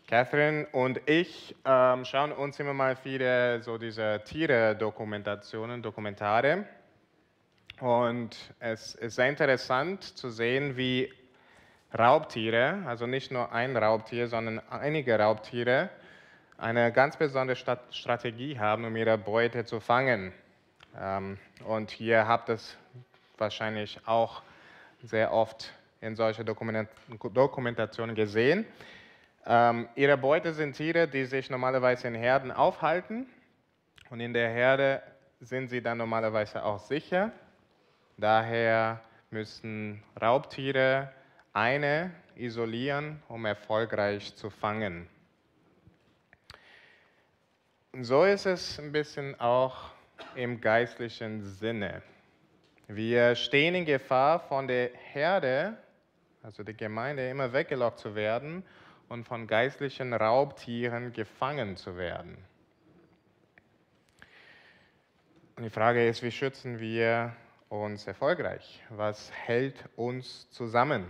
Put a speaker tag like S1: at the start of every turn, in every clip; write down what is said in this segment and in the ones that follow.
S1: Catherine und ich schauen uns immer mal wieder so diese Tiere-Dokumentationen, Dokumentare. Und es ist sehr interessant zu sehen, wie Raubtiere, also nicht nur ein Raubtier, sondern einige Raubtiere, eine ganz besondere Strategie haben, um ihre Beute zu fangen. Und ihr habt es wahrscheinlich auch sehr oft in solchen Dokumentationen gesehen. Ihre Beute sind Tiere, die sich normalerweise in Herden aufhalten. Und in der Herde sind sie dann normalerweise auch sicher. Daher müssen Raubtiere eine isolieren, um erfolgreich zu fangen. Und so ist es ein bisschen auch im geistlichen Sinne. Wir stehen in Gefahr, von der Herde, also der Gemeinde, immer weggelockt zu werden und von geistlichen Raubtieren gefangen zu werden. Und die Frage ist, wie schützen wir uns erfolgreich? Was hält uns zusammen?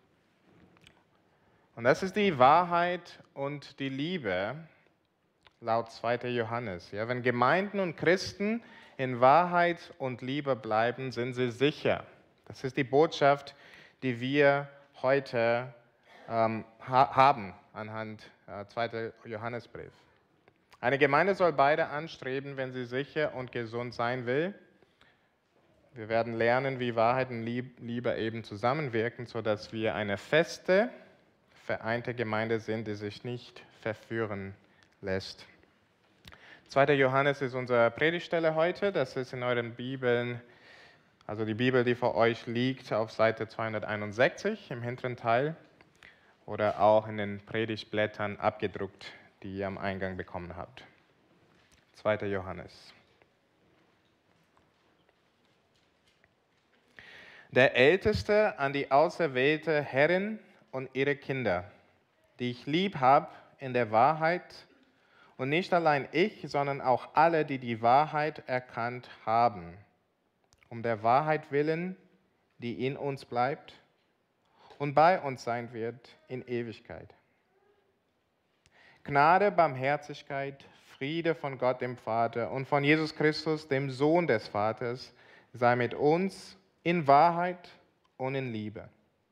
S1: Und das ist die Wahrheit und die Liebe, laut 2. Johannes. Ja, wenn Gemeinden und Christen in Wahrheit und Liebe bleiben, sind sie sicher. Das ist die Botschaft, die wir heute haben anhand 2. Johannesbrief. Eine Gemeinde soll beide anstreben, wenn sie sicher und gesund sein will. Wir werden lernen, wie Wahrheit und Liebe eben zusammenwirken, sodass wir eine feste, vereinte Gemeinde sind, die sich nicht verführen lässt. 2. Johannes ist unsere Predigtstelle heute. Das ist in euren Bibeln, also die Bibel, die vor euch liegt, auf Seite 261 im hinteren Teil oder auch in den Predigtblättern abgedruckt, die ihr am Eingang bekommen habt. 2. Johannes. Der Älteste an die auserwählte Herrin und ihre Kinder, die ich lieb habe in der Wahrheit, und nicht allein ich, sondern auch alle, die die Wahrheit erkannt haben, um der Wahrheit willen, die in uns bleibt und bei uns sein wird in Ewigkeit. Gnade, Barmherzigkeit, Friede von Gott dem Vater und von Jesus Christus, dem Sohn des Vaters, sei mit uns in Wahrheit und in Liebe.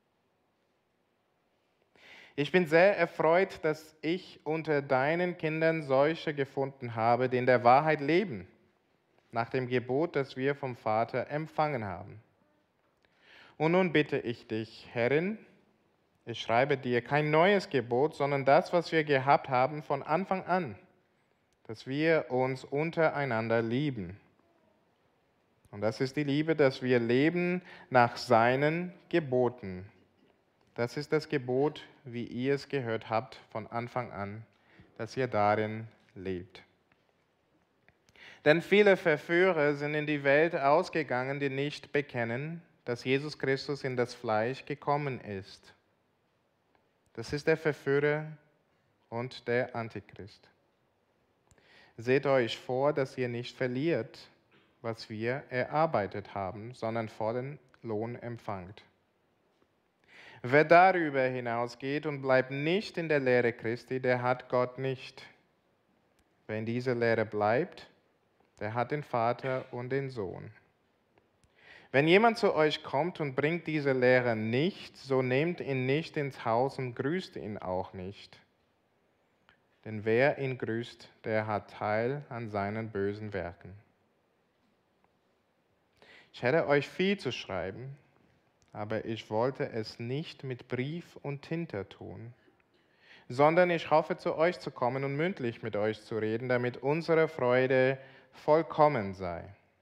S1: Ich bin sehr erfreut, dass ich unter deinen Kindern solche gefunden habe, die in der Wahrheit leben, nach dem Gebot, das wir vom Vater empfangen haben. Und nun bitte ich dich, Herrin, ich schreibe dir kein neues Gebot, sondern das, was wir gehabt haben von Anfang an, dass wir uns untereinander lieben. Und das ist die Liebe, dass wir leben nach seinen Geboten. Das ist das Gebot, wie ihr es gehört habt von Anfang an, dass ihr darin lebt. Denn viele Verführer sind in die Welt ausgegangen, die nicht bekennen, dass Jesus Christus in das Fleisch gekommen ist. Das ist der Verführer und der Antichrist. Seht euch vor, dass ihr nicht verliert, was wir erarbeitet haben, sondern vollen Lohn empfangt. Wer darüber hinausgeht und bleibt nicht in der Lehre Christi, der hat Gott nicht. Wer in dieser Lehre bleibt, der hat den Vater und den Sohn. Wenn jemand zu euch kommt und bringt diese Lehre nicht, so nehmt ihn nicht ins Haus und grüßt ihn auch nicht. Denn wer ihn grüßt, der hat Teil an seinen bösen Werken. Ich hätte euch viel zu schreiben, aber ich wollte es nicht mit Brief und Tinte tun, sondern ich hoffe, zu euch zu kommen und mündlich mit euch zu reden, damit unsere Freude vollkommen sei.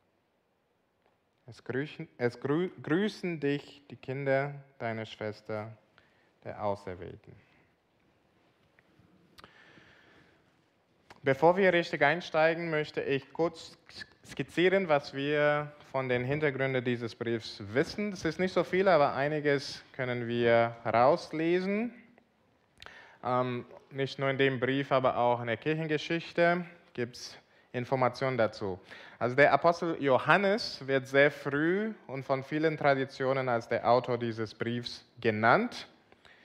S1: Es grüßen dich die Kinder deiner Schwester, der Auserwählten. Bevor wir richtig einsteigen, möchte ich kurz skizzieren, was wir von den Hintergründen dieses Briefs wissen. Es ist nicht so viel, aber einiges können wir rauslesen. Nicht nur in dem Brief, aber auch in der Kirchengeschichte gibt es Informationen dazu. Also der Apostel Johannes wird sehr früh und von vielen Traditionen als der Autor dieses Briefs genannt.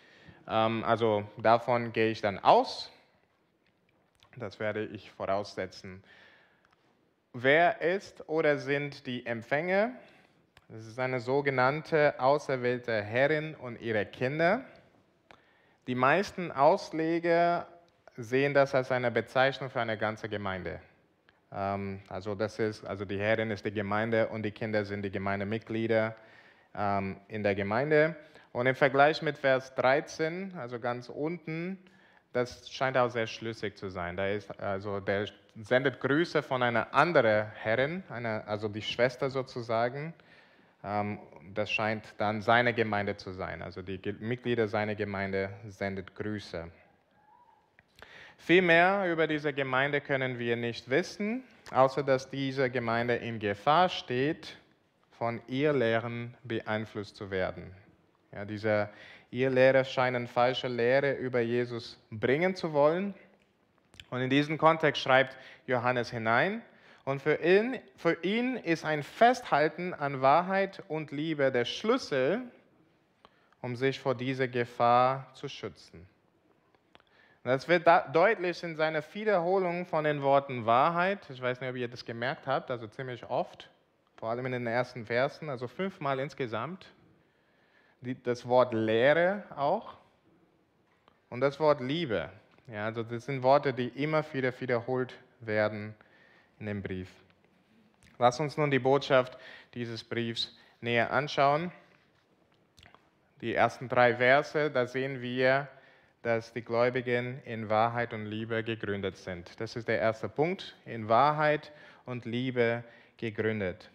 S1: Also davon gehe ich dann aus. Das werde ich voraussetzen. Wer ist oder sind die Empfänger? Das ist eine sogenannte auserwählte Herrin und ihre Kinder. Die meisten Ausleger sehen das als eine Bezeichnung für eine ganze Gemeinde. Also die Herrin ist die Gemeinde und die Kinder sind die Gemeindemitglieder in der Gemeinde. Und im Vergleich mit Vers 13, also ganz unten, das scheint auch sehr schlüssig zu sein. Der sendet Grüße von einer anderen Herrin, also die Schwester sozusagen. Das scheint dann seine Gemeinde zu sein. Also die Mitglieder seiner Gemeinde sendet Grüße. Viel mehr über diese Gemeinde können wir nicht wissen, außer dass diese Gemeinde in Gefahr steht, von Irrlehren beeinflusst zu werden. Ja, diese Irrlehrer scheinen falsche Lehre über Jesus bringen zu wollen. Und in diesen Kontext schreibt Johannes hinein, und für ihn ist ein Festhalten an Wahrheit und Liebe der Schlüssel, um sich vor dieser Gefahr zu schützen. Und das wird deutlich in seiner Wiederholung von den Worten Wahrheit. Ich weiß nicht, ob ihr das gemerkt habt, also ziemlich oft, vor allem in den ersten Versen, also 5-mal insgesamt. Das Wort Lehre auch und das Wort Liebe. Ja, also das sind Worte, die immer wieder wiederholt werden in dem Brief. Lass uns nun die Botschaft dieses Briefs näher anschauen. Die ersten 3 Verse, da sehen wir, dass die Gläubigen in Wahrheit und Liebe gegründet sind. Das ist der erste Punkt, in Wahrheit und Liebe gegründet.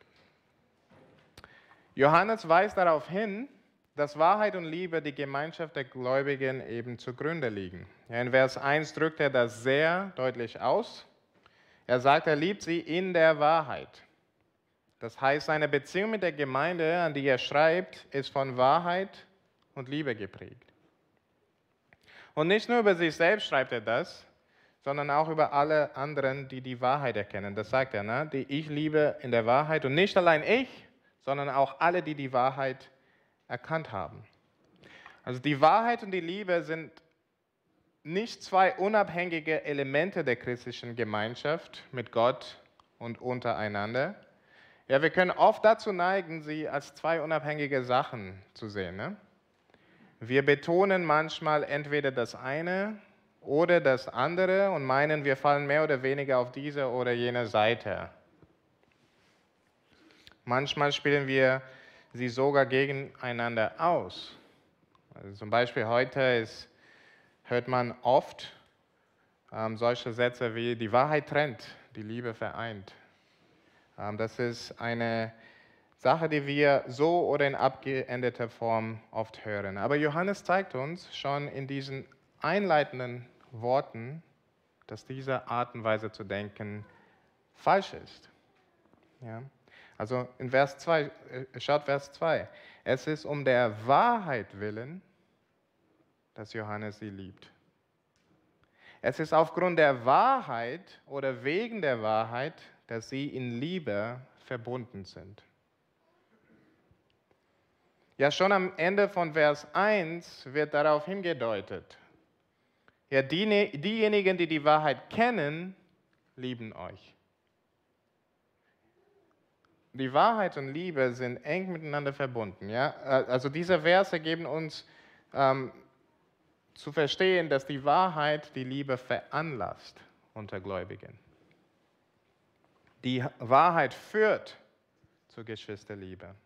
S1: Johannes weist darauf hin, dass Wahrheit und Liebe die Gemeinschaft der Gläubigen eben zugrunde liegen. Ja, in Vers 1 drückt er das sehr deutlich aus. Er sagt, er liebt sie in der Wahrheit. Das heißt, seine Beziehung mit der Gemeinde, an die er schreibt, ist von Wahrheit und Liebe geprägt. Und nicht nur über sich selbst schreibt er das, sondern auch über alle anderen, die die Wahrheit erkennen. Das sagt er, ne? Die ich liebe in der Wahrheit. Und nicht allein ich, sondern auch alle, die die Wahrheit erkannt haben. Also die Wahrheit und die Liebe sind nicht 2 unabhängige Elemente der christlichen Gemeinschaft mit Gott und untereinander. Ja, wir können oft dazu neigen, sie als 2 unabhängige Sachen zu sehen. Ne? Wir betonen manchmal entweder das eine oder das andere und meinen, wir fallen mehr oder weniger auf diese oder jene Seite. Manchmal spielen wir sie sogar gegeneinander aus. Also zum Beispiel heute hört man oft solche Sätze wie, die Wahrheit trennt, die Liebe vereint. Das ist eine Sache, die wir so oder in abgeänderter Form oft hören. Aber Johannes zeigt uns schon in diesen einleitenden Worten, dass diese Art und Weise zu denken falsch ist. Ja? Also in Vers 2, schaut Vers 2. Es ist um der Wahrheit willen, dass Johannes sie liebt. Es ist aufgrund der Wahrheit oder wegen der Wahrheit, dass sie in Liebe verbunden sind. Ja, schon am Ende von Vers 1 wird darauf hingedeutet. Ja, diejenigen, die die Wahrheit kennen, lieben euch. Die Wahrheit und Liebe sind eng miteinander verbunden. Ja? Also diese Verse geben uns zu verstehen, dass die Wahrheit die Liebe veranlasst unter Gläubigen. Die Wahrheit führt zur Geschwisterliebe.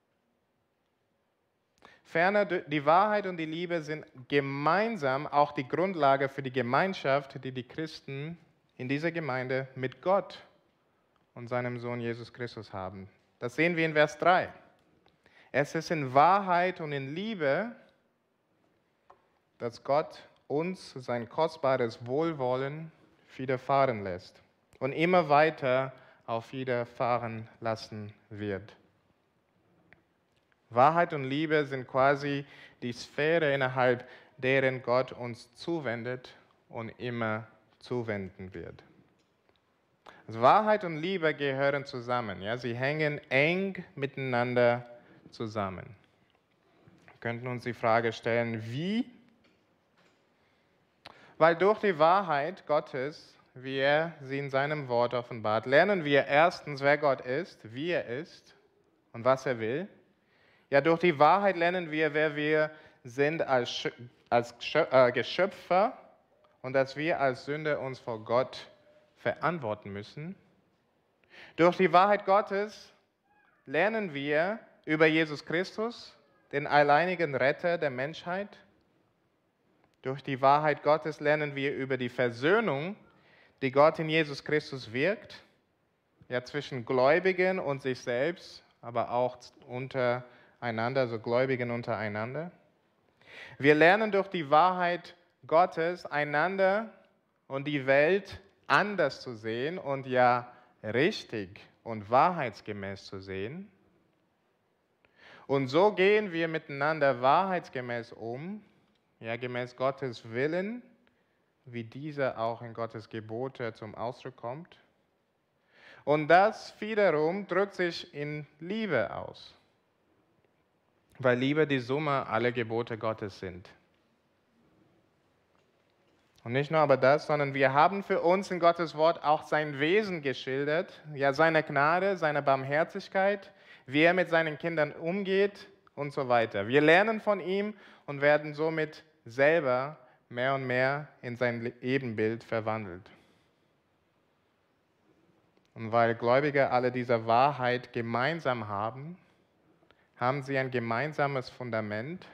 S1: Ferner, die Wahrheit und die Liebe sind gemeinsam auch die Grundlage für die Gemeinschaft, die die Christen in dieser Gemeinde mit Gott und seinem Sohn Jesus Christus haben. Das sehen wir in Vers 3. Es ist in Wahrheit und in Liebe, dass Gott uns sein kostbares Wohlwollen widerfahren lässt und immer weiter auf widerfahren lassen wird. Wahrheit und Liebe sind quasi die Sphäre, innerhalb deren Gott uns zuwendet und immer zuwenden wird. Also Wahrheit und Liebe gehören zusammen. Ja? Sie hängen eng miteinander zusammen. Wir könnten uns die Frage stellen, wie Weil durch die Wahrheit Gottes, wie er sie in seinem Wort offenbart, lernen wir erstens, wer Gott ist, wie er ist und was er will. Ja, durch die Wahrheit lernen wir, wer wir sind als Geschöpfe und dass wir als Sünder uns vor Gott verantworten müssen. Durch die Wahrheit Gottes lernen wir über Jesus Christus, den alleinigen Retter der Menschheit. Durch die Wahrheit Gottes lernen wir über die Versöhnung, die Gott in Jesus Christus wirkt, ja zwischen Gläubigen und sich selbst, aber auch untereinander, also Gläubigen untereinander. Wir lernen durch die Wahrheit Gottes, einander und die Welt anders zu sehen und ja richtig und wahrheitsgemäß zu sehen. Und so gehen wir miteinander wahrheitsgemäß um, ja gemäß Gottes Willen, wie dieser auch in Gottes Gebote zum Ausdruck kommt. Und das wiederum drückt sich in Liebe aus, weil Liebe die Summe aller Gebote Gottes sind. Und nicht nur aber das, sondern wir haben für uns in Gottes Wort auch sein Wesen geschildert, ja seine Gnade, seine Barmherzigkeit, wie er mit seinen Kindern umgeht und so weiter. Wir lernen von ihm und werden somit selber mehr und mehr in sein Ebenbild verwandelt. Und weil Gläubige alle diese Wahrheit gemeinsam haben, haben sie ein gemeinsames Fundament.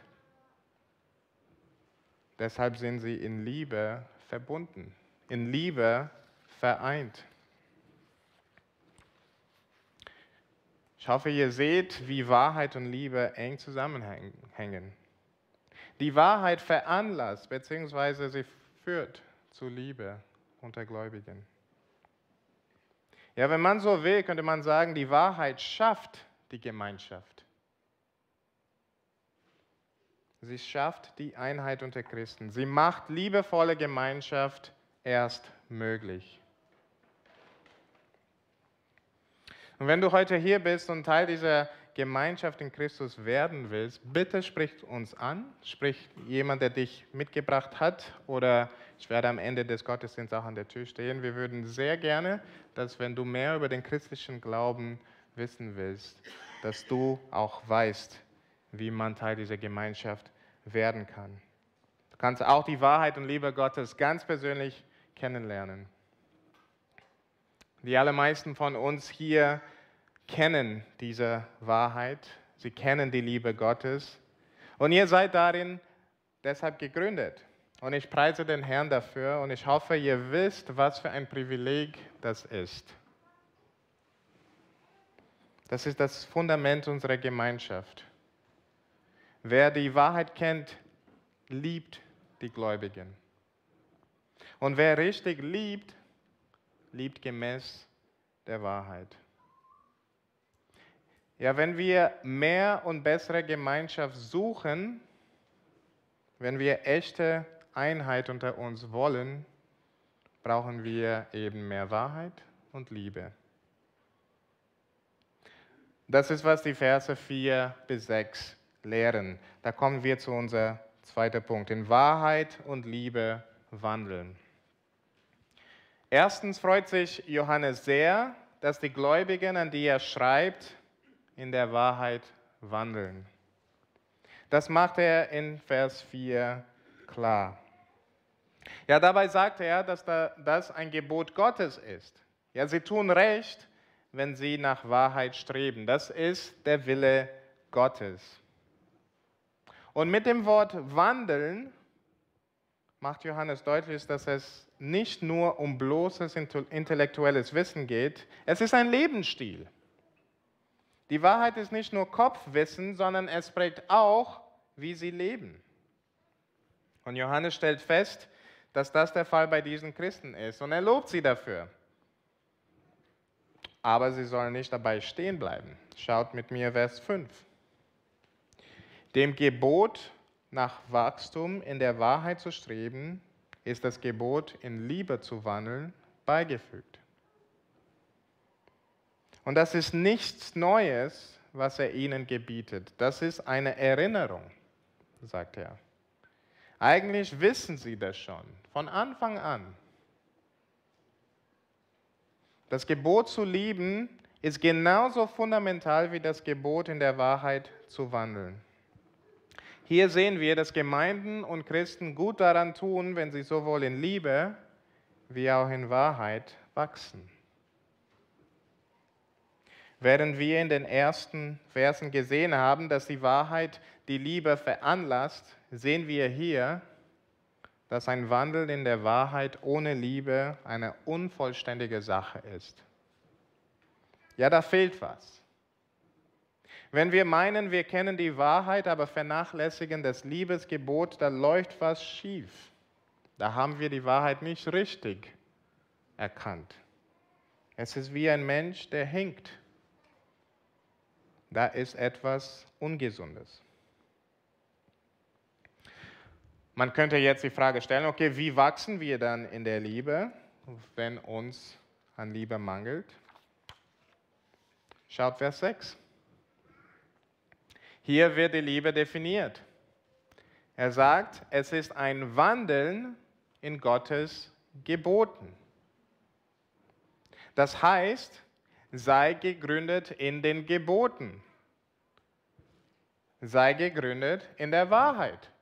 S1: Deshalb sind sie in Liebe verbunden, in Liebe vereint. Ich hoffe, ihr seht, wie Wahrheit und Liebe eng zusammenhängen. Die Wahrheit veranlasst bzw. sie führt zu Liebe unter Gläubigen. Ja, wenn man so will, könnte man sagen, die Wahrheit schafft die Gemeinschaft. Sie schafft die Einheit unter Christen. Sie macht liebevolle Gemeinschaft erst möglich. Und wenn du heute hier bist und Teil dieser Gemeinschaft in Christus werden willst, bitte sprich uns an. Sprich jemand, der dich mitgebracht hat, oder ich werde am Ende des Gottesdienstes auch an der Tür stehen. Wir würden sehr gerne, dass wenn du mehr über den christlichen Glauben wissen willst, dass du auch weißt, wie man Teil dieser Gemeinschaft werden kann. Du kannst auch die Wahrheit und Liebe Gottes ganz persönlich kennenlernen. Die allermeisten von uns hier kennen diese Wahrheit, sie kennen die Liebe Gottes und ihr seid darin deshalb gegründet. Und ich preise den Herrn dafür und ich hoffe, ihr wisst, was für ein Privileg das ist. Das ist das Fundament unserer Gemeinschaft. Wer die Wahrheit kennt, liebt die Gläubigen. Und wer richtig liebt, liebt gemäß der Wahrheit. Ja, wenn wir mehr und bessere Gemeinschaft suchen, wenn wir echte Einheit unter uns wollen, brauchen wir eben mehr Wahrheit und Liebe. Das ist, was die Verse 4 bis 6 lehren. Da kommen wir zu unserem zweiten Punkt. In Wahrheit und Liebe wandeln. Erstens freut sich Johannes sehr, dass die Gläubigen, an die er schreibt, in der Wahrheit wandeln. Das macht er in Vers 4 klar. Ja, dabei sagt er, dass das ein Gebot Gottes ist. Ja, sie tun recht, wenn sie nach Wahrheit streben. Das ist der Wille Gottes. Und mit dem Wort wandeln macht Johannes deutlich, dass es nicht nur um bloßes intellektuelles Wissen geht, es ist ein Lebensstil. Die Wahrheit ist nicht nur Kopfwissen, sondern es prägt auch, wie sie leben. Und Johannes stellt fest, dass das der Fall bei diesen Christen ist und er lobt sie dafür. Aber sie sollen nicht dabei stehen bleiben. Schaut mit mir Vers 5. Dem Gebot nach Wachstum in der Wahrheit zu streben, ist das Gebot in Liebe zu wandeln beigefügt. Und das ist nichts Neues, was er ihnen gebietet. Das ist eine Erinnerung, sagt er. Eigentlich wissen sie das schon, von Anfang an. Das Gebot zu lieben ist genauso fundamental wie das Gebot in der Wahrheit zu wandeln. Hier sehen wir, dass Gemeinden und Christen gut daran tun, wenn sie sowohl in Liebe wie auch in Wahrheit wachsen. Während wir in den ersten Versen gesehen haben, dass die Wahrheit die Liebe veranlasst, sehen wir hier, dass ein Wandel in der Wahrheit ohne Liebe eine unvollständige Sache ist. Ja, da fehlt was. Wenn wir meinen, wir kennen die Wahrheit, aber vernachlässigen das Liebesgebot, da läuft was schief. Da haben wir die Wahrheit nicht richtig erkannt. Es ist wie ein Mensch, der hinkt. Da ist etwas Ungesundes. Man könnte jetzt die Frage stellen, okay, wie wachsen wir dann in der Liebe, wenn uns an Liebe mangelt? Schaut Vers 6. Hier wird die Liebe definiert. Er sagt, es ist ein Wandeln in Gottes Geboten. Das heißt, sei gegründet in den Geboten. Sei gegründet in der Wahrheit.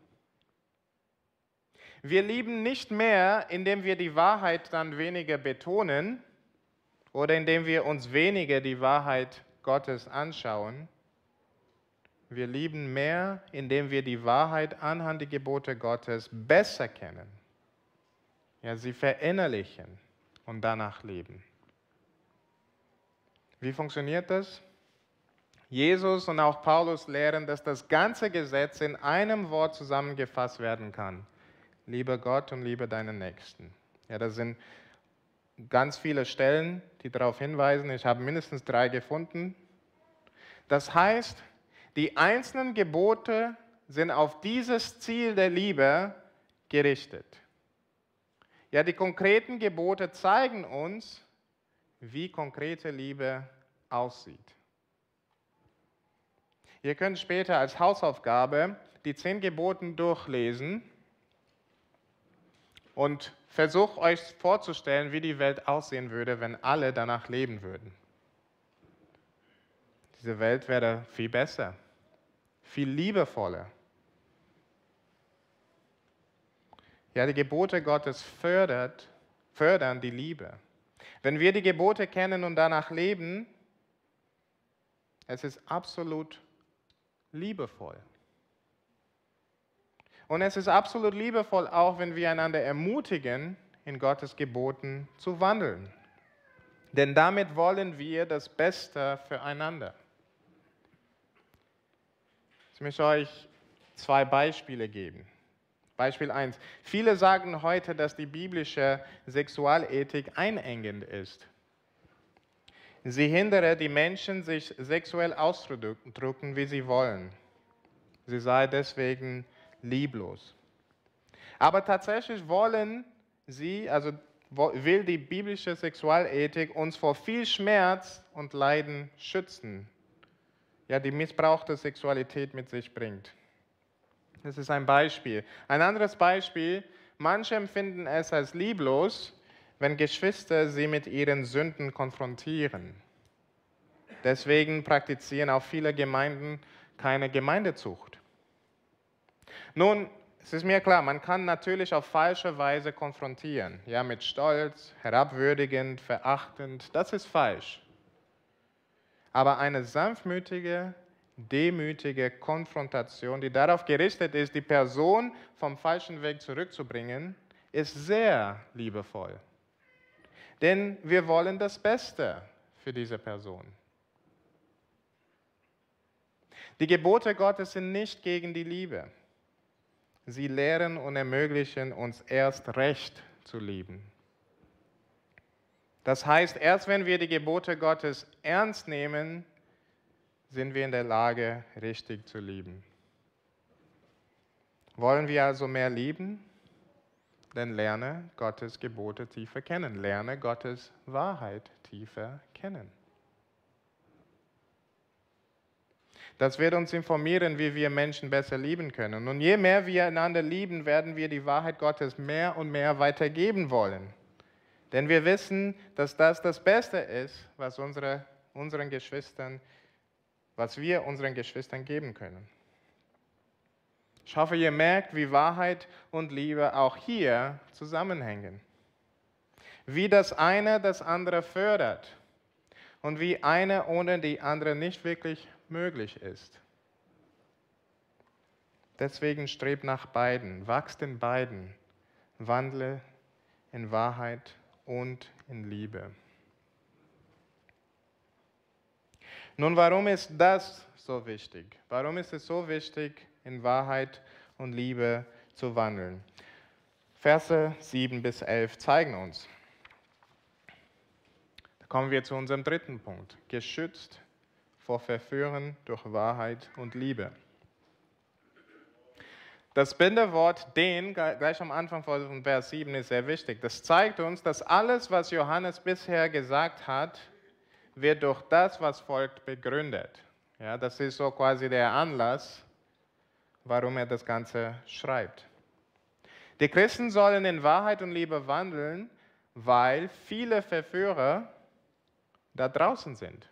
S1: Wir lieben nicht mehr, indem wir die Wahrheit dann weniger betonen oder indem wir uns weniger die Wahrheit Gottes anschauen. Wir lieben mehr, indem wir die Wahrheit anhand der Gebote Gottes besser kennen. Ja, sie verinnerlichen und danach leben. Wie funktioniert das? Jesus und auch Paulus lehren, dass das ganze Gesetz in einem Wort zusammengefasst werden kann. Liebe Gott und liebe deinen Nächsten. Ja, das sind ganz viele Stellen, die darauf hinweisen. Ich habe mindestens 3 gefunden. Das heißt, die einzelnen Gebote sind auf dieses Ziel der Liebe gerichtet. Ja, die konkreten Gebote zeigen uns, wie konkrete Liebe aussieht. Ihr könnt später als Hausaufgabe die 10 Gebote durchlesen und versucht euch vorzustellen, wie die Welt aussehen würde, wenn alle danach leben würden. Diese Welt wäre viel besser, viel liebevoller. Ja, die Gebote Gottes fördern die Liebe. Wenn wir die Gebote kennen und danach leben, es ist absolut liebevoll. Und es ist absolut liebevoll auch, wenn wir einander ermutigen, in Gottes Geboten zu wandeln. Denn damit wollen wir das Beste füreinander. Ich möchte euch 2 Beispiele geben. Beispiel 1. Viele sagen heute, dass die biblische Sexualethik einengend ist. Sie hindere die Menschen, sich sexuell auszudrücken, wie sie wollen. Sie sei deswegen lieblos. Aber tatsächlich will die biblische Sexualethik uns vor viel Schmerz und Leiden schützen, ja, die missbrauchte Sexualität mit sich bringt. Das ist ein Beispiel. Ein anderes Beispiel, manche empfinden es als lieblos, wenn Geschwister sie mit ihren Sünden konfrontieren. Deswegen praktizieren auch viele Gemeinden keine Gemeindezucht. Nun, es ist mir klar, man kann natürlich auf falsche Weise konfrontieren, ja, mit Stolz, herabwürdigend, verachtend, das ist falsch. Aber eine sanftmütige, demütige Konfrontation, die darauf gerichtet ist, die Person vom falschen Weg zurückzubringen, ist sehr liebevoll. Denn wir wollen das Beste für diese Person. Die Gebote Gottes sind nicht gegen die Liebe. Sie lehren und ermöglichen uns erst recht zu lieben. Das heißt, erst wenn wir die Gebote Gottes ernst nehmen, sind wir in der Lage, richtig zu lieben. Wollen wir also mehr lieben? Dann lerne Gottes Gebote tiefer kennen. Lerne Gottes Wahrheit tiefer kennen. Das wird uns informieren, wie wir Menschen besser lieben können. Und je mehr wir einander lieben, werden wir die Wahrheit Gottes mehr und mehr weitergeben wollen. Denn wir wissen, dass das Beste ist, was wir unseren Geschwistern geben können. Ich hoffe, ihr merkt, wie Wahrheit und Liebe auch hier zusammenhängen. Wie das eine das andere fördert und wie eine ohne die andere nicht wirklich möglich ist. Deswegen strebt nach beiden, wachst in beiden, wandle in Wahrheit und in Liebe. Nun, warum ist das so wichtig? Warum ist es so wichtig, in Wahrheit und Liebe zu wandeln? Verse 7 bis 11 zeigen uns. Da kommen wir zu unserem dritten Punkt. Geschützt vor Verführen durch Wahrheit und Liebe. Das Binderwort den, gleich am Anfang von Vers 7, ist sehr wichtig. Das zeigt uns, dass alles, was Johannes bisher gesagt hat, wird durch das, was folgt, begründet. Ja, das ist so quasi der Anlass, warum er das Ganze schreibt. Die Christen sollen in Wahrheit und Liebe wandeln, weil viele Verführer da draußen sind.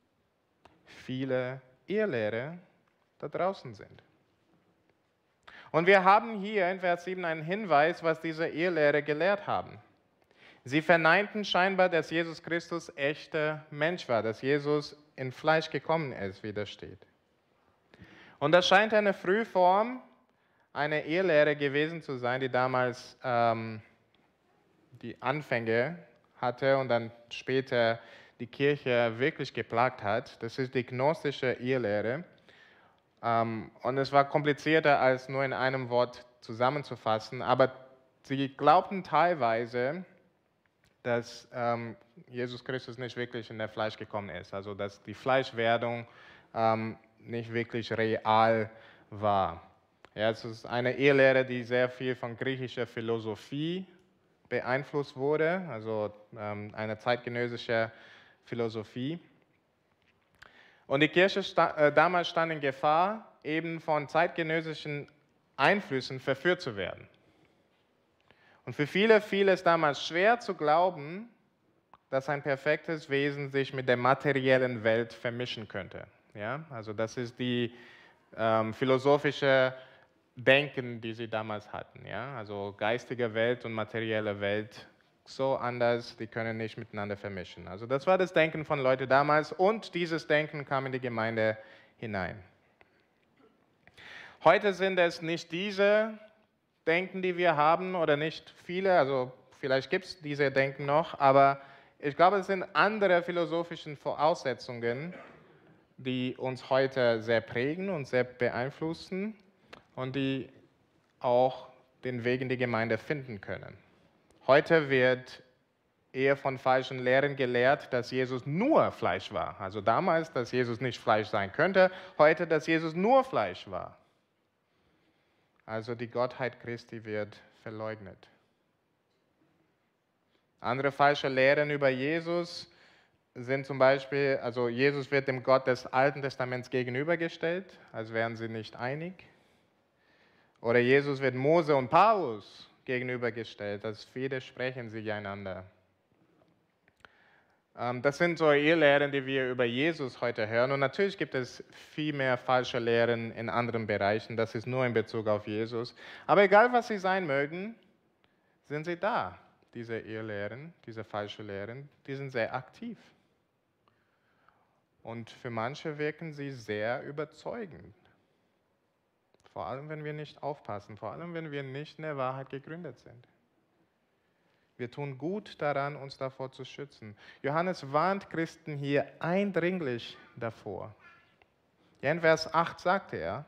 S1: Viele Irrlehrer da draußen sind. Und wir haben hier in Vers 7 einen Hinweis, was diese Irrlehrer gelehrt haben. Sie verneinten scheinbar, dass Jesus Christus echter Mensch war, dass Jesus in Fleisch gekommen ist, wie das steht. Und das scheint eine Frühform einer Irrlehre gewesen zu sein, die damals die Anfänge hatte und dann später die Kirche wirklich geplagt hat. Das ist die gnostische Irrlehre. Und es war komplizierter, als nur in einem Wort zusammenzufassen, aber sie glaubten teilweise, dass Jesus Christus nicht wirklich in der Fleisch gekommen ist, also dass die Fleischwerdung nicht wirklich real war. Ja, es ist eine Irrlehre, die sehr viel von griechischer Philosophie beeinflusst wurde, also eine zeitgenössische Philosophie. Und die Kirche damals stand in Gefahr, eben von zeitgenössischen Einflüssen verführt zu werden. Und für viele fiel es damals schwer zu glauben, dass ein perfektes Wesen sich mit der materiellen Welt vermischen könnte. Ja? Also das ist die philosophische Denken, die sie damals hatten. Ja? Also geistige Welt und materielle Welt so anders, die können nicht miteinander vermischen. Also das war das Denken von Leuten damals und dieses Denken kam in die Gemeinde hinein. Heute sind es nicht diese Denken, die wir haben, oder nicht viele, also vielleicht gibt es diese Denken noch, aber ich glaube, es sind andere philosophische Voraussetzungen, die uns heute sehr prägen und sehr beeinflussen und die auch den Weg in die Gemeinde finden können. Heute wird eher von falschen Lehren gelehrt, dass Jesus nur Fleisch war. Also damals, dass Jesus nicht Fleisch sein könnte, heute, dass Jesus nur Fleisch war. Also die Gottheit Christi wird verleugnet. Andere falsche Lehren über Jesus sind zum Beispiel, also Jesus wird dem Gott des Alten Testaments gegenübergestellt, als wären sie nicht einig. Oder Jesus wird Mose und Paulus gegenübergestellt, als widersprechen sie einander. Das sind so Irrlehren, die wir über Jesus heute hören. Und natürlich gibt es viel mehr falsche Lehren in anderen Bereichen. Das ist nur in Bezug auf Jesus. Aber egal, was sie sein mögen, sind sie da. Diese Irrlehren, diese falschen Lehren, die sind sehr aktiv. Und für manche wirken sie sehr überzeugend. Vor allem, wenn wir nicht aufpassen. Vor allem, wenn wir nicht in der Wahrheit gegründet sind. Wir tun gut daran, uns davor zu schützen. Johannes warnt Christen hier eindringlich davor. Ja, in Vers 8 sagte er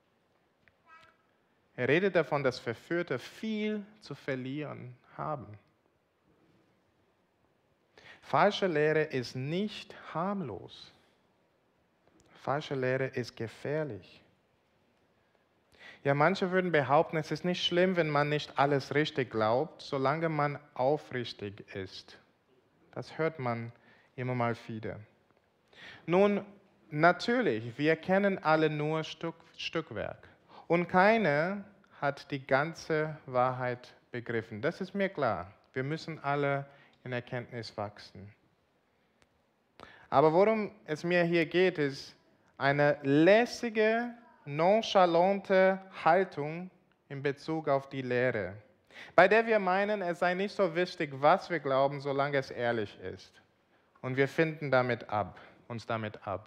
S1: redet davon, dass Verführte viel zu verlieren haben. Falsche Lehre ist nicht harmlos. Falsche Lehre ist gefährlich. Ja, manche würden behaupten, es ist nicht schlimm, wenn man nicht alles richtig glaubt, solange man aufrichtig ist. Das hört man immer mal wieder. Nun, Natürlich, wir kennen alle nur Stückwerk. Und keiner hat die ganze Wahrheit begriffen. Das ist mir klar. Wir müssen alle in Erkenntnis wachsen. Aber worum es mir hier geht, ist eine lässige, nonchalante Haltung in Bezug auf die Lehre, bei der wir meinen, es sei nicht so wichtig, was wir glauben, solange es ehrlich ist. Und wir finden uns damit ab.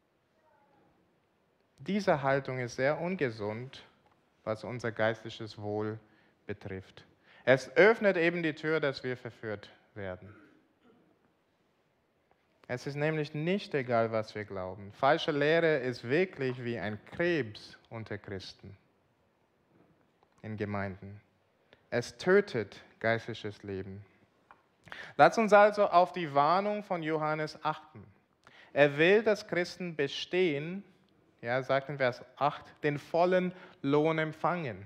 S1: Diese Haltung ist sehr ungesund, was unser geistliches Wohl betrifft. Es öffnet eben die Tür, dass wir verführt werden. Es ist nämlich nicht egal, was wir glauben. Falsche Lehre ist wirklich wie ein Krebs unter Christen in Gemeinden. Es tötet geistliches Leben. Lasst uns also auf die Warnung von Johannes achten. Er will, dass Christen bestehen, ja, sagt in Vers 8, den vollen Lohn empfangen.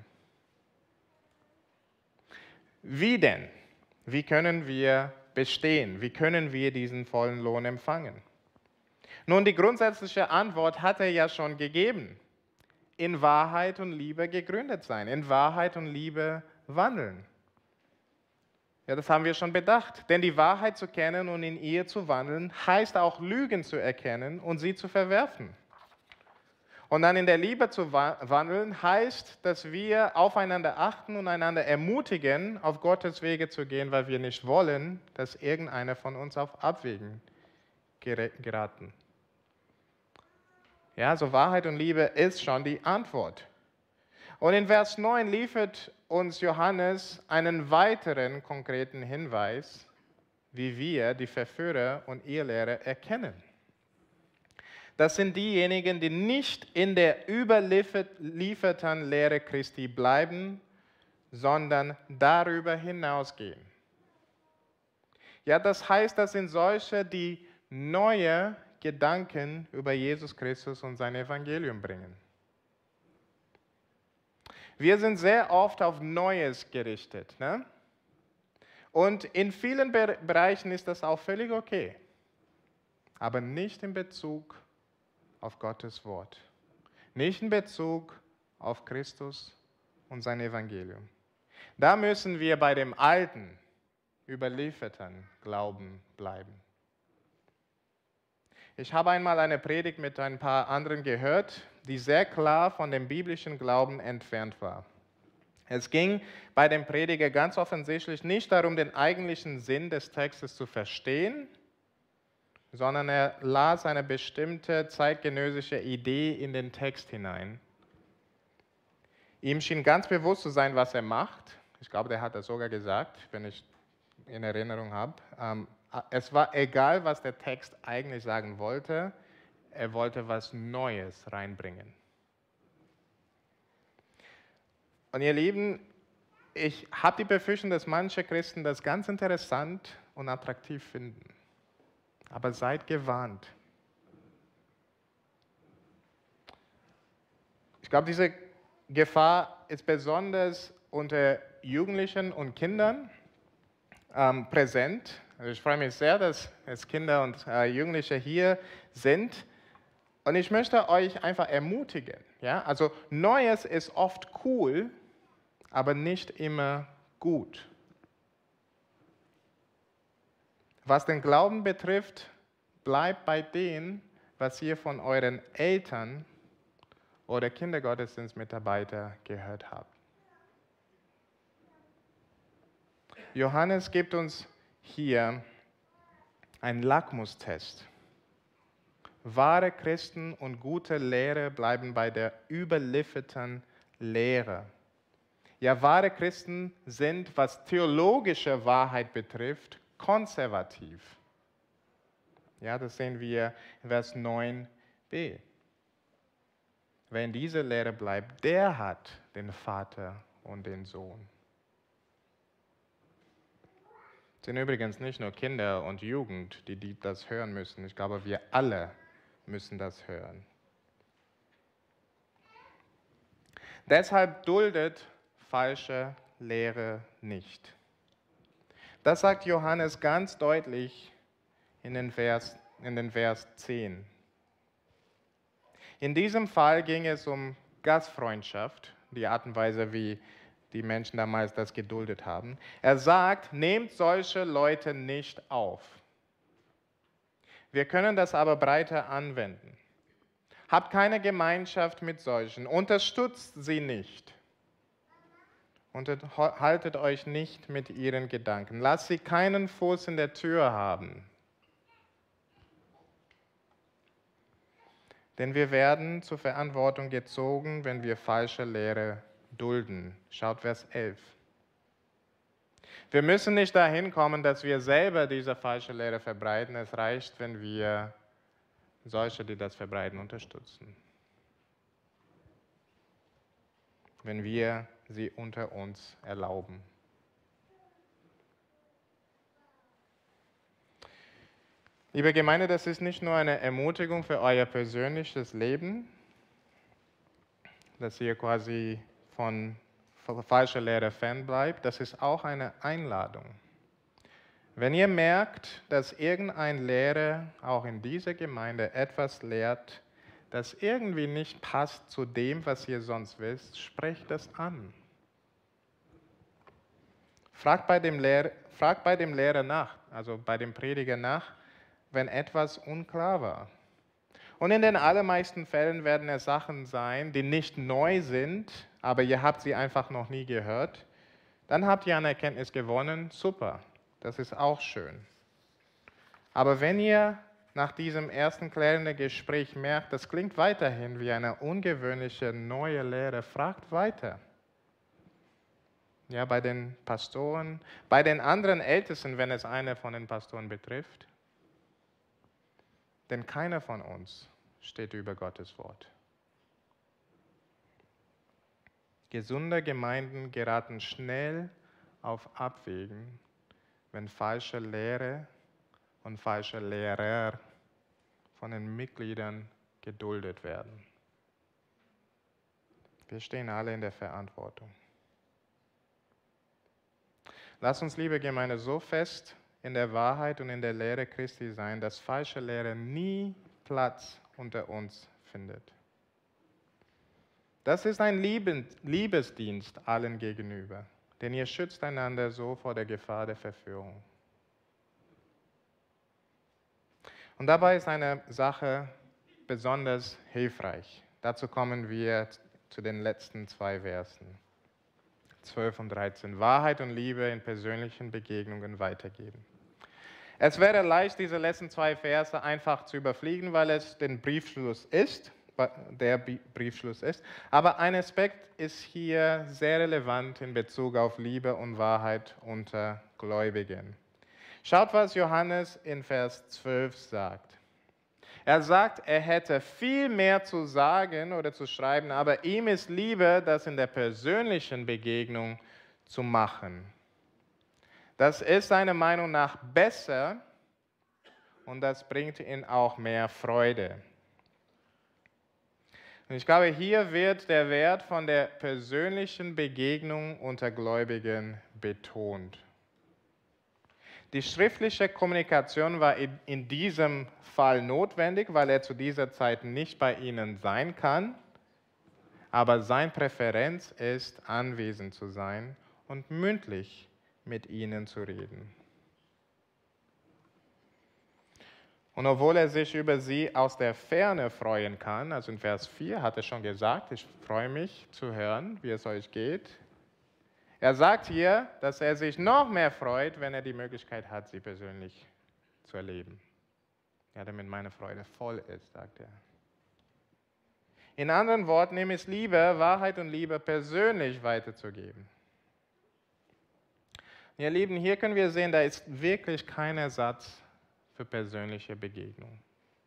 S1: Wie denn? Wie können wir bestehen? Wie können wir diesen vollen Lohn empfangen? Nun, die grundsätzliche Antwort hat er ja schon gegeben. In Wahrheit und Liebe gegründet sein, in Wahrheit und Liebe wandeln. Ja, das haben wir schon bedacht. Denn die Wahrheit zu kennen und in ihr zu wandeln, heißt auch Lügen zu erkennen und sie zu verwerfen. Und dann in der Liebe zu wandeln, heißt, dass wir aufeinander achten und einander ermutigen, auf Gottes Wege zu gehen, weil wir nicht wollen, dass irgendeiner von uns auf Abwägen geraten. Ja, so Wahrheit und Liebe ist schon die Antwort. Und in Vers 9 liefert uns Johannes einen weiteren konkreten Hinweis, wie wir die Verführer und Irrlehrer erkennen. Das sind diejenigen, die nicht in der überlieferten Lehre Christi bleiben, sondern darüber hinausgehen. Ja, das heißt, das sind solche, die neue Gedanken über Jesus Christus und sein Evangelium bringen. Wir sind sehr oft auf Neues gerichtet. Ne? Und in vielen Bereichen ist das auch völlig okay. Aber nicht in Bezug auf Gottes Wort. Nicht in Bezug auf Christus und sein Evangelium. Da müssen wir bei dem alten, überlieferten Glauben bleiben. Ich habe einmal eine Predigt mit ein paar anderen gehört, die sehr klar von dem biblischen Glauben entfernt war. Es ging bei dem Prediger ganz offensichtlich nicht darum, den eigentlichen Sinn des Textes zu verstehen, sondern er las eine bestimmte zeitgenössische Idee in den Text hinein. Ihm schien ganz bewusst zu sein, was er macht. Ich glaube, der hat das sogar gesagt, wenn ich in Erinnerung habe. Es war egal, was der Text eigentlich sagen wollte. Er wollte was Neues reinbringen. Und ihr Lieben, ich habe die Befürchtung, dass manche Christen das ganz interessant und attraktiv finden. Aber seid gewarnt. Ich glaube, diese Gefahr ist besonders unter Jugendlichen und Kindern präsent. Also ich freue mich sehr, dass es Kinder und Jugendliche hier sind. Und ich möchte euch einfach ermutigen. Ja? Also Neues ist oft cool, aber nicht immer gut. Was den Glauben betrifft, bleibt bei dem, was ihr von euren Eltern oder Kindergottesdienstmitarbeitern gehört habt. Johannes gibt uns hier einen Lackmustest. Wahre Christen und gute Lehre bleiben bei der überlieferten Lehre. Ja, wahre Christen sind, was theologische Wahrheit betrifft, konservativ. Ja, das sehen wir in Vers 9b. Wer in dieser Lehre bleibt, der hat den Vater und den Sohn. Es sind übrigens nicht nur Kinder und Jugend, die das hören müssen. Ich glaube, wir alle müssen das hören. Deshalb duldet falsche Lehre nicht. Das sagt Johannes ganz deutlich in den Vers 10. In diesem Fall ging es um Gastfreundschaft, die Art und Weise, wie die Menschen damals das geduldet haben. Er sagt, nehmt solche Leute nicht auf. Wir können das aber breiter anwenden. Habt keine Gemeinschaft mit solchen, unterstützt sie nicht. Haltet euch nicht mit ihren Gedanken. Lasst sie keinen Fuß in der Tür haben. Denn wir werden zur Verantwortung gezogen, wenn wir falsche Lehre dulden. Schaut Vers 11. Wir müssen nicht dahin kommen, dass wir selber diese falsche Lehre verbreiten. Es reicht, wenn wir solche, die das verbreiten, unterstützen. Wenn wir sie unter uns erlauben. Liebe Gemeinde, das ist nicht nur eine Ermutigung für euer persönliches Leben, dass ihr quasi von falscher Lehre fernbleibt, das ist auch eine Einladung. Wenn ihr merkt, dass irgendein Lehrer auch in dieser Gemeinde etwas lehrt, das irgendwie nicht passt zu dem, was ihr sonst wisst, sprecht das an. Fragt bei dem Lehrer nach, also bei dem Prediger nach, wenn etwas unklar war. Und in den allermeisten Fällen werden es Sachen sein, die nicht neu sind, aber ihr habt sie einfach noch nie gehört. Dann habt ihr eine Erkenntnis gewonnen, super, das ist auch schön. Aber wenn ihr nach diesem ersten klärenden Gespräch merkt, das klingt weiterhin wie eine ungewöhnliche neue Lehre, fragt weiter. Ja, bei den Pastoren, bei den anderen Ältesten, wenn es eine von den Pastoren betrifft. Denn keiner von uns steht über Gottes Wort. Gesunde Gemeinden geraten schnell auf Abwägen, wenn falsche Lehre und falsche Lehrer von den Mitgliedern geduldet werden. Wir stehen alle in der Verantwortung. Lass uns, liebe Gemeinde, so fest in der Wahrheit und in der Lehre Christi sein, dass falsche Lehre nie Platz unter uns findet. Das ist ein Liebesdienst allen gegenüber, denn ihr schützt einander so vor der Gefahr der Verführung. Und dabei ist eine Sache besonders hilfreich. Dazu kommen wir zu den letzten 2 Versen, 12 und 13. Wahrheit und Liebe in persönlichen Begegnungen weitergeben. Es wäre leicht, diese letzten 2 Verse einfach zu überfliegen, weil es der Briefschluss ist. Aber ein Aspekt ist hier sehr relevant in Bezug auf Liebe und Wahrheit unter Gläubigen. Schaut, was Johannes in Vers 12 sagt. Er sagt, er hätte viel mehr zu sagen oder zu schreiben, aber ihm ist lieber, das in der persönlichen Begegnung zu machen. Das ist seiner Meinung nach besser und das bringt ihm auch mehr Freude. Und ich glaube, hier wird der Wert von der persönlichen Begegnung unter Gläubigen betont. Die schriftliche Kommunikation war in diesem Fall notwendig, weil er zu dieser Zeit nicht bei ihnen sein kann, aber seine Präferenz ist, anwesend zu sein und mündlich mit ihnen zu reden. Und obwohl er sich über sie aus der Ferne freuen kann, also in Vers 4 hat er schon gesagt, ich freue mich zu hören, wie es euch geht. Er sagt hier, dass er sich noch mehr freut, wenn er die Möglichkeit hat, sie persönlich zu erleben. Ja, damit meine Freude voll ist, sagt er. In anderen Worten, ihm ist lieber, Wahrheit und Liebe persönlich weiterzugeben. Ihr Lieben, hier können wir sehen, da ist wirklich kein Ersatz für persönliche Begegnung.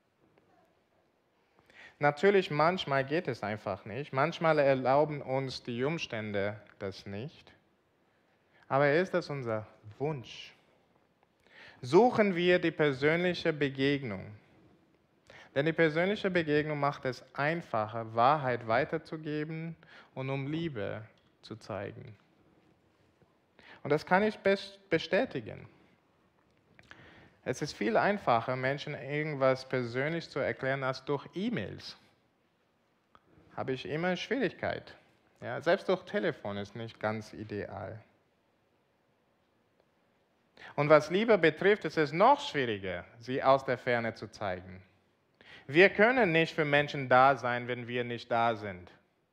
S1: Natürlich, manchmal geht es einfach nicht. Manchmal erlauben uns die Umstände das nicht. Aber ist das unser Wunsch? Suchen wir die persönliche Begegnung. Denn die persönliche Begegnung macht es einfacher, Wahrheit weiterzugeben und um Liebe zu zeigen. Und das kann ich bestätigen. Es ist viel einfacher, Menschen irgendwas persönlich zu erklären, als durch E-Mails. habe ich immer Schwierigkeit. Ja, selbst durch Telefon ist nicht ganz ideal. Und was Liebe betrifft, ist es noch schwieriger, sie aus der Ferne zu zeigen. Wir können nicht für Menschen da sein, wenn wir nicht da sind.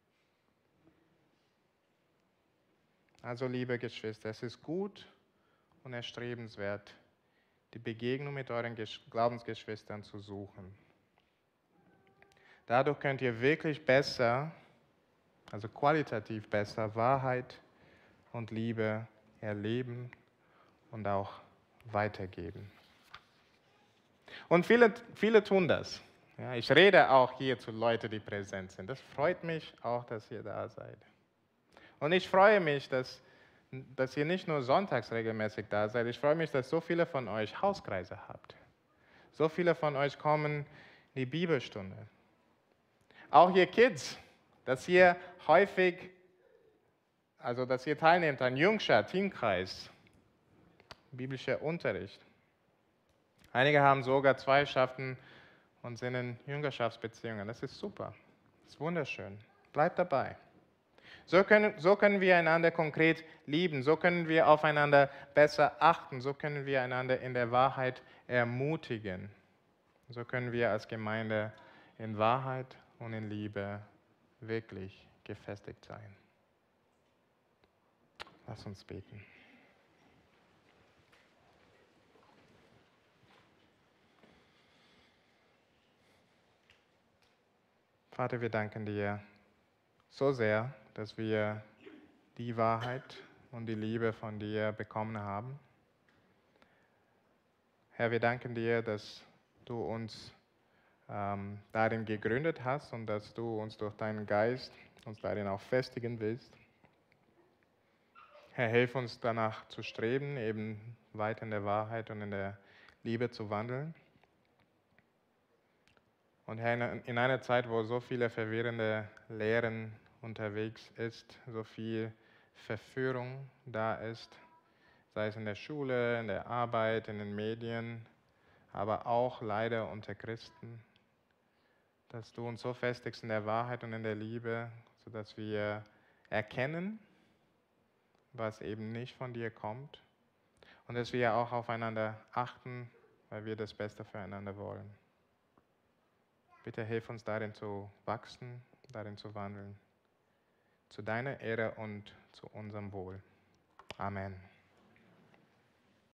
S1: Also, liebe Geschwister, es ist gut und erstrebenswert, die Begegnung mit euren Glaubensgeschwistern zu suchen. Dadurch könnt ihr wirklich besser, also qualitativ besser, Wahrheit und Liebe erleben und auch weitergeben. Und viele tun das. Ja, ich rede auch hier zu Leuten, die präsent sind. Das freut mich auch, dass ihr da seid. Und ich freue mich, dass ihr nicht nur sonntags regelmäßig da seid. Ich freue mich, dass so viele von euch Hauskreise habt. So viele von euch kommen in die Bibelstunde. Auch ihr Kids, dass ihr häufig, also dass ihr teilnehmt an Jungschar, Teamkreis, biblischer Unterricht. Einige haben sogar Zweierschaften und sind in Jüngerschaftsbeziehungen. Das ist super. Das ist wunderschön. Bleibt dabei. So können wir einander konkret lieben. So können wir aufeinander besser achten. So können wir einander in der Wahrheit ermutigen. So können wir als Gemeinde in Wahrheit und in Liebe wirklich gefestigt sein. Lass uns beten. Vater, wir danken dir so sehr, dass wir die Wahrheit und die Liebe von dir bekommen haben. Herr, wir danken dir, dass du uns darin gegründet hast und dass du uns durch deinen Geist uns darin auch festigen willst. Herr, hilf uns danach zu streben, eben weiter in der Wahrheit und in der Liebe zu wandeln. Und Herr, in einer Zeit, wo so viele verwirrende Lehren unterwegs ist, so viel Verführung da ist, sei es in der Schule, in der Arbeit, in den Medien, aber auch leider unter Christen, dass du uns so festigst in der Wahrheit und in der Liebe, sodass wir erkennen, was eben nicht von dir kommt und dass wir auch aufeinander achten, weil wir das Beste füreinander wollen. Bitte hilf uns darin zu wachsen, darin zu wandeln, zu deiner Ehre und zu unserem Wohl. Amen.